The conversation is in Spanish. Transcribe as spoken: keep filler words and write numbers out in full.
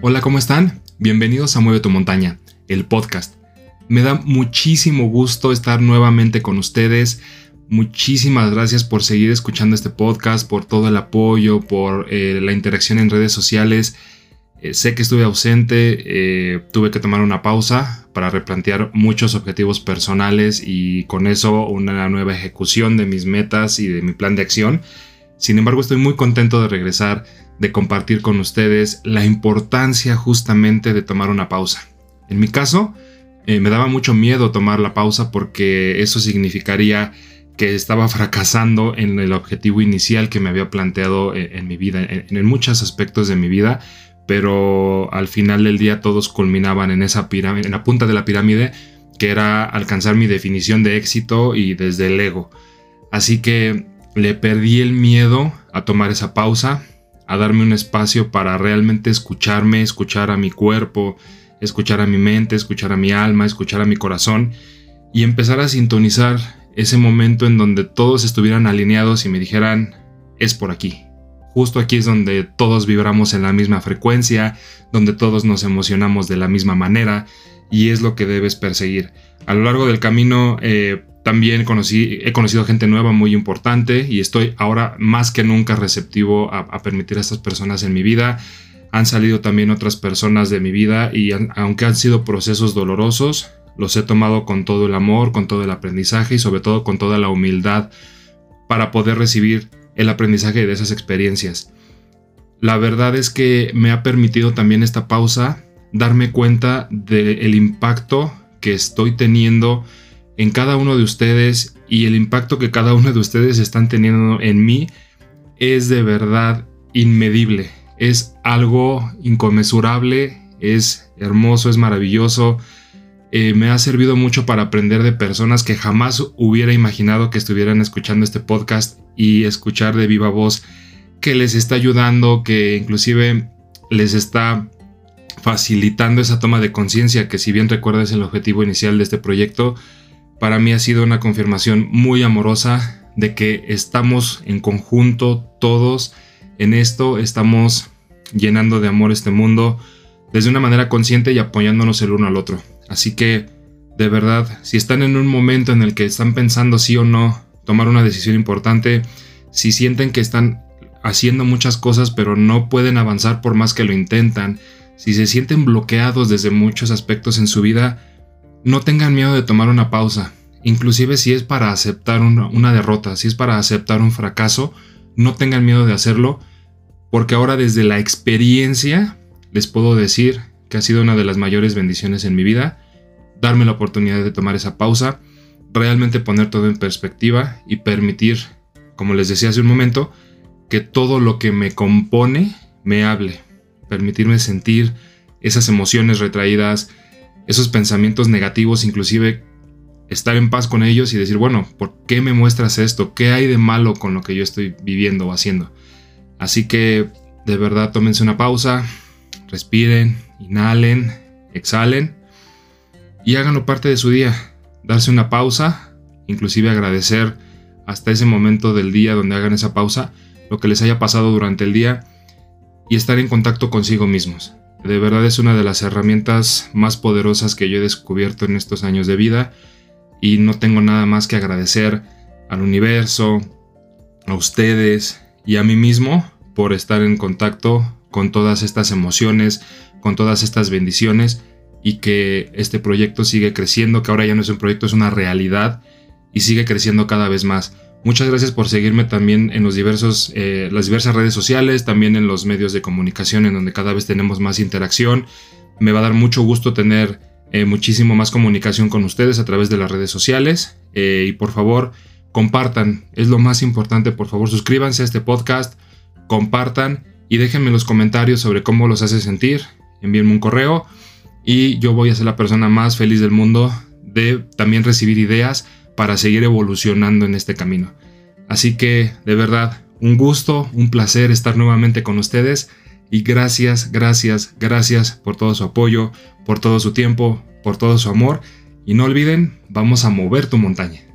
Hola, ¿cómo están? Bienvenidos a Mueve tu Montaña, el podcast. Me da muchísimo gusto estar nuevamente con ustedes. Muchísimas gracias por seguir escuchando este podcast, por todo el apoyo, por eh, la interacción en redes sociales. Eh, sé que estuve ausente, eh, tuve que tomar una pausa para replantear muchos objetivos personales y con eso una nueva ejecución de mis metas y de mi plan de acción. Sin embargo, estoy muy contento de regresar, de compartir con ustedes la importancia justamente de tomar una pausa. En mi caso, eh, me daba mucho miedo tomar la pausa porque eso significaría que estaba fracasando en el objetivo inicial que me había planteado en, en mi vida, en, en muchos aspectos de mi vida, pero al final del día todos culminaban en esa pirámide, en la punta de la pirámide, que era alcanzar mi definición de éxito y desde el ego. Así que le perdí el miedo a tomar esa pausa, a darme un espacio para realmente escucharme, escuchar a mi cuerpo, escuchar a mi mente, escuchar a mi alma, escuchar a mi corazón y empezar a sintonizar ese momento en donde todos estuvieran alineados y me dijeran, es por aquí. Justo aquí es donde todos vibramos en la misma frecuencia, donde todos nos emocionamos de la misma manera y es lo que debes perseguir. A lo largo del camino eh, también conocí, he conocido gente nueva muy importante y estoy ahora más que nunca receptivo a, a permitir a estas personas en mi vida. Han salido también otras personas de mi vida y han, aunque han sido procesos dolorosos, los he tomado con todo el amor, con todo el aprendizaje y sobre todo con toda la humildad para poder recibir el aprendizaje de esas experiencias. La verdad es que me ha permitido también esta pausa darme cuenta del impacto que estoy teniendo en cada uno de ustedes y el impacto que cada uno de ustedes están teniendo en mí es de verdad inmedible. Es algo inconmensurable, es hermoso, es maravilloso. Eh, me ha servido mucho para aprender de personas que jamás hubiera imaginado que estuvieran escuchando este podcast y escuchar de viva voz que les está ayudando, que inclusive les está facilitando esa toma de conciencia, que si bien recuerdas el objetivo inicial de este proyecto, para mí ha sido una confirmación muy amorosa de que estamos en conjunto todos en esto, estamos llenando de amor este mundo desde una manera consciente y apoyándonos el uno al otro. Así que, de verdad, si están en un momento en el que están pensando sí o no tomar una decisión importante, si sienten que están haciendo muchas cosas pero no pueden avanzar por más que lo intentan, si se sienten bloqueados desde muchos aspectos en su vida, no tengan miedo de tomar una pausa. Inclusive si es para aceptar una, una derrota, si es para aceptar un fracaso, no tengan miedo de hacerlo, porque ahora desde la experiencia les puedo decir que ha sido una de las mayores bendiciones en mi vida, darme la oportunidad de tomar esa pausa, realmente poner todo en perspectiva y permitir, como les decía hace un momento, que todo lo que me compone me hable, permitirme sentir esas emociones retraídas, esos pensamientos negativos, inclusive estar en paz con ellos y decir, bueno, ¿por qué me muestras esto? ¿Qué hay de malo con lo que yo estoy viviendo o haciendo? Así que, de verdad, tómense una pausa, respiren, inhalen, exhalen y háganlo parte de su día. Darse una pausa, inclusive agradecer hasta ese momento del día donde hagan esa pausa, lo que les haya pasado durante el día y estar en contacto consigo mismos. De verdad es una de las herramientas más poderosas que yo he descubierto en estos años de vida y no tengo nada más que agradecer al universo, a ustedes y a mí mismo por estar en contacto con todas estas emociones, con todas estas bendiciones y que este proyecto sigue creciendo, que ahora ya no es un proyecto, es una realidad y sigue creciendo cada vez más. Muchas gracias por seguirme también en los diversos, eh, las diversas redes sociales, también en los medios de comunicación en donde cada vez tenemos más interacción. Me va a dar mucho gusto tener eh, muchísimo más comunicación con ustedes a través de las redes sociales eh, y por favor compartan, es lo más importante. Por favor suscríbanse a este podcast, compartan y déjenme los comentarios sobre cómo los hace sentir. Envíenme un correo y yo voy a ser la persona más feliz del mundo de también recibir ideas para seguir evolucionando en este camino. Así que, de verdad, un gusto, un placer estar nuevamente con ustedes y gracias, gracias, gracias por todo su apoyo, por todo su tiempo, por todo su amor y no olviden, vamos a mover tu montaña.